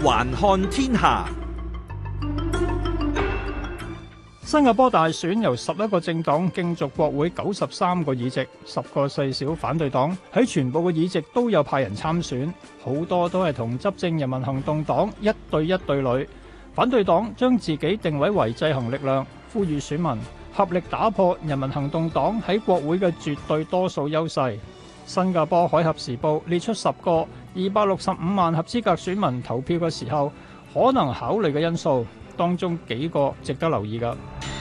環看天下。 新加坡大選由11個政黨競逐國會93個議席，10個細小反對黨喺全部嘅議席都有派人參選，好多都係同執政人民行動黨一對一對壘。反對黨將自己定位為制衡力量，呼籲選民合力打破人民行動黨喺國會嘅絕對多數優勢。新加坡海峽時報列出10個265萬合資格選民投票嘅時候可能考慮嘅因素，當中幾個值得留意㗎。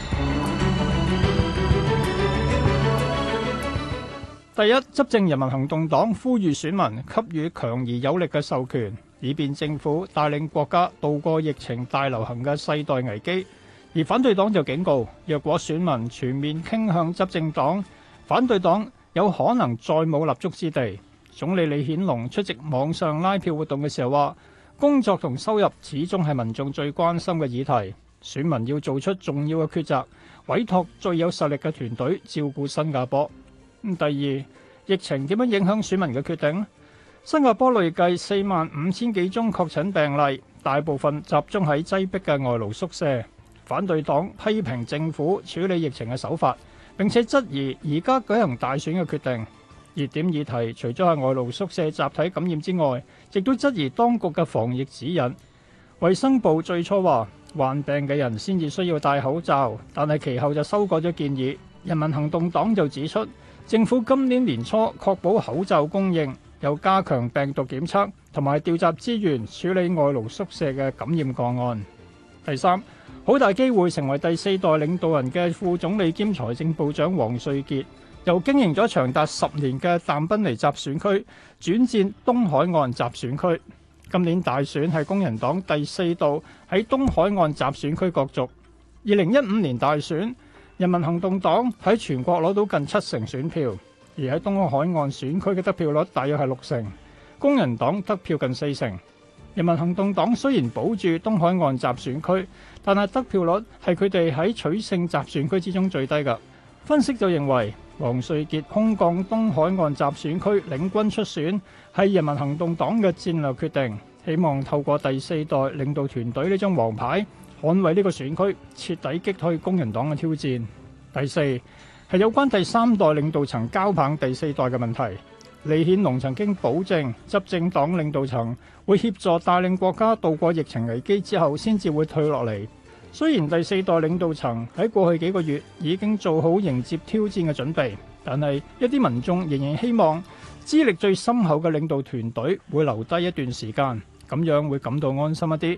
第一，執政人民行動黨呼籲選民給予強而有力嘅授權，以便政府帶領國家渡過疫情大流行嘅世代危機。而反對黨就警告，若果選民全面傾向執政黨，反對黨有可能再冇立足之地。總理李顯龍出席網上拉票活動嘅時候話，工作同收入始終係民眾最關心嘅議題，選民要做出重要嘅抉擇，委託最有實力嘅團隊照顧新加坡。第二，疫情點樣影響選民嘅決定？新加坡累計45000幾宗確診病例，大部分集中喺擠迫嘅外勞宿舍。反對黨批評政府處理疫情嘅手法，並且質疑而家舉行大選嘅決定。熱點議題除咗係外勞宿舍集體感染之外，亦都質疑當局嘅防疫指引。衛生部最初話患病嘅人先至需要戴口罩，但係其後就修改咗建議。人民行動黨就指出，政府今年年初確保口罩供應，又加強病毒檢測，同埋調集資源處理外勞宿舍嘅感染個案。第三，好大機會成為第4代領導人嘅副總理兼財政部長王瑞傑，由經營咗長達10年嘅淡賓尼集選區轉戰東海岸集選區。今年大選係工人黨第4度喺東海岸集選區角逐。2015年大選，人民行動黨喺全國攞到近70%選票，而喺東海岸選區嘅得票率大約係60%，工人黨得票近40%。人民行動黨雖然保住東海岸集選區，但係得票率係佢哋喺取勝集選區之中最低㗎。分析就認為，王瑞傑空降東海岸集選區領軍出選，係人民行動黨嘅戰略決定，希望透過第4代領導團隊呢張王牌，捍衛呢個選區，徹底擊退工人黨嘅挑戰。第四係有關第3代領導層交棒第4代嘅問題。李顯龍曾經保證執政黨領導層會協助帶領國家渡過疫情危機之後先至會退落嚟。雖然第4代領導層喺過去幾個月已經做好迎接挑戰嘅準備，但係一啲民眾仍然希望資歷最深厚嘅領導團隊會留低一段時間，咁樣會感到安心一啲。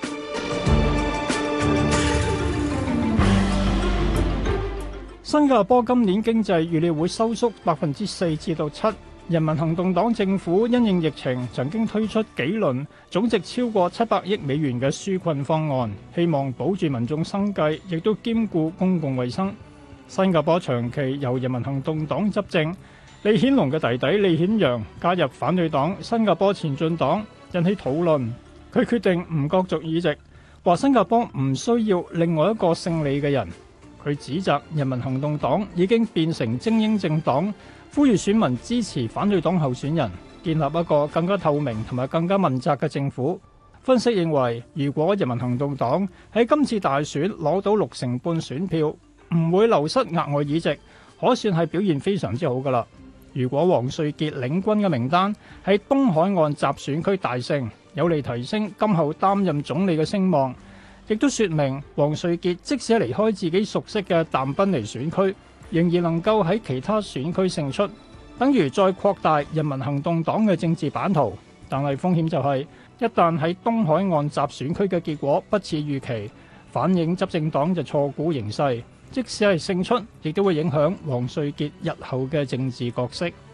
新加坡今年經濟預料會收縮4%至7%。人民行動黨政府因應疫情，曾經推出幾輪總值超過700億美元嘅紓困方案，希望保住民眾生計，亦都兼顧公共衛生。新加坡長期由人民行動黨執政，李顯龍嘅弟弟李顯揚加入反對黨新加坡前進黨，引起討論。佢決定唔角逐議席，話新加坡唔需要另外一個勝利嘅人。佢指責人民行動黨已經變成精英政黨，呼籲選民支持反對黨候選人，建立一個更加透明同埋更加問責嘅政府。分析認為，如果人民行動黨喺今次大選攞到6成半選票，唔會流失額外議席，可算係表現非常之好㗎喇。如果王瑞傑領軍嘅名單喺東海岸集選區大勝，有利提升今後擔任總理嘅聲望，亦都說明王瑞傑即使離開自己熟悉嘅淡賓尼選區，仍然能夠喺其他選區勝出，等於再擴大人民行動黨嘅政治版圖。但係風險就係，一旦喺東海岸集選區嘅結果不似預期，反映執政黨就錯估形勢，即使係勝出，亦都會影響王瑞傑日後嘅政治角色。